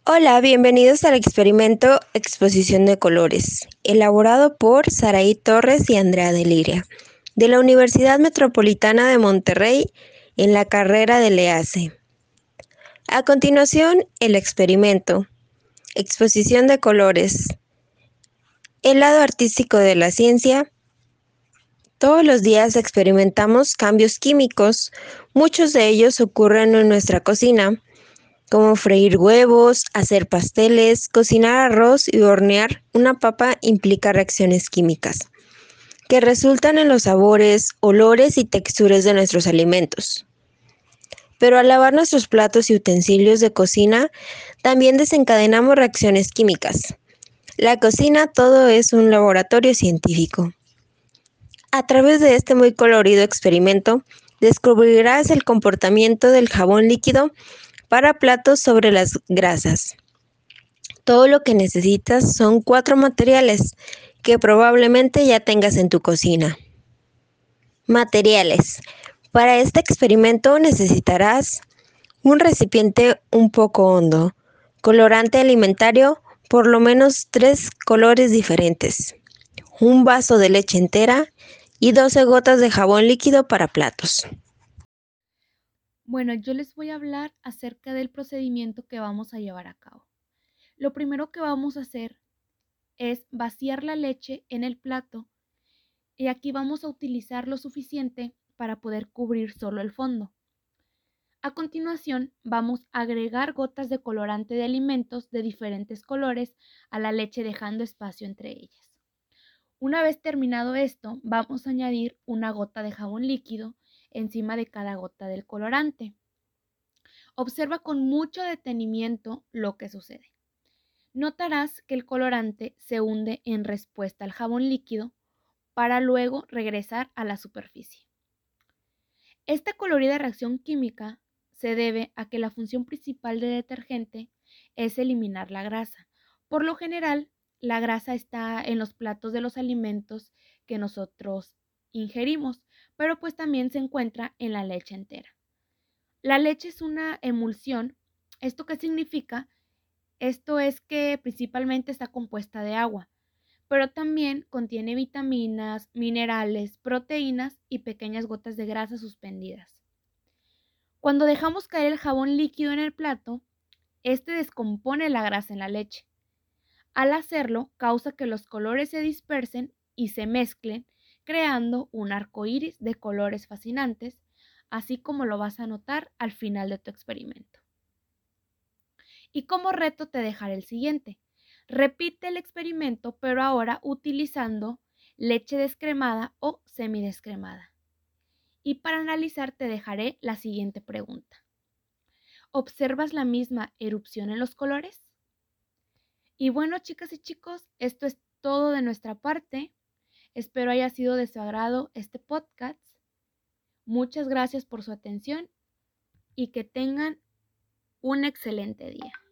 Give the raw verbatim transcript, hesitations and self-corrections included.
Hola, bienvenidos al experimento Exposición de Colores, elaborado por Saraí Torres y Andrea Deliria, de la Universidad Metropolitana de Monterrey, en la carrera de LEACE. A continuación, el experimento Exposición de Colores, el lado artístico de la ciencia. Todos los días experimentamos cambios químicos, muchos de ellos ocurren en nuestra cocina, como freír huevos, hacer pasteles, cocinar arroz y hornear una papa implica reacciones químicas, que resultan en los sabores, olores y texturas de nuestros alimentos. Pero al lavar nuestros platos y utensilios de cocina, también desencadenamos reacciones químicas. La cocina todo es un laboratorio científico. A través de este muy colorido experimento, descubrirás el comportamiento del jabón líquido para platos sobre las grasas. Todo lo que necesitas son cuatro materiales que probablemente ya tengas en tu cocina. Materiales. Para este experimento necesitarás un recipiente un poco hondo, colorante alimentario, por lo menos tres colores diferentes, un vaso de leche entera y doce gotas de jabón líquido para platos. Bueno, yo les voy a hablar acerca del procedimiento que vamos a llevar a cabo. Lo primero que vamos a hacer es vaciar la leche en el plato y aquí vamos a utilizar lo suficiente para poder cubrir solo el fondo. A continuación, vamos a agregar gotas de colorante de alimentos de diferentes colores a la leche dejando espacio entre ellas. Una vez terminado esto, vamos a añadir una gota de jabón líquido encima de cada gota del colorante. Observa con mucho detenimiento lo que sucede. Notarás que el colorante se hunde en respuesta al jabón líquido para luego regresar a la superficie. Esta colorida reacción química se debe a que la función principal del detergente es eliminar la grasa. Por lo general, la grasa está en los platos de los alimentos que nosotros ingerimos, pero pues también se encuentra en la leche entera. La leche es una emulsión. ¿Esto qué significa? Esto es que principalmente está compuesta de agua, pero también contiene vitaminas, minerales, proteínas y pequeñas gotas de grasa suspendidas. Cuando dejamos caer el jabón líquido en el plato, este descompone la grasa en la leche. Al hacerlo, causa que los colores se dispersen y se mezclen, creando un arco iris de colores fascinantes, así como lo vas a notar al final de tu experimento. Y como reto te dejaré el siguiente. Repite el experimento, pero ahora utilizando leche descremada o semidescremada. Y para analizar te dejaré la siguiente pregunta. ¿Observas la misma erupción en los colores? Y bueno, chicas y chicos, esto es todo de nuestra parte. Espero haya sido de su agrado este podcast. Muchas gracias por su atención y que tengan un excelente día.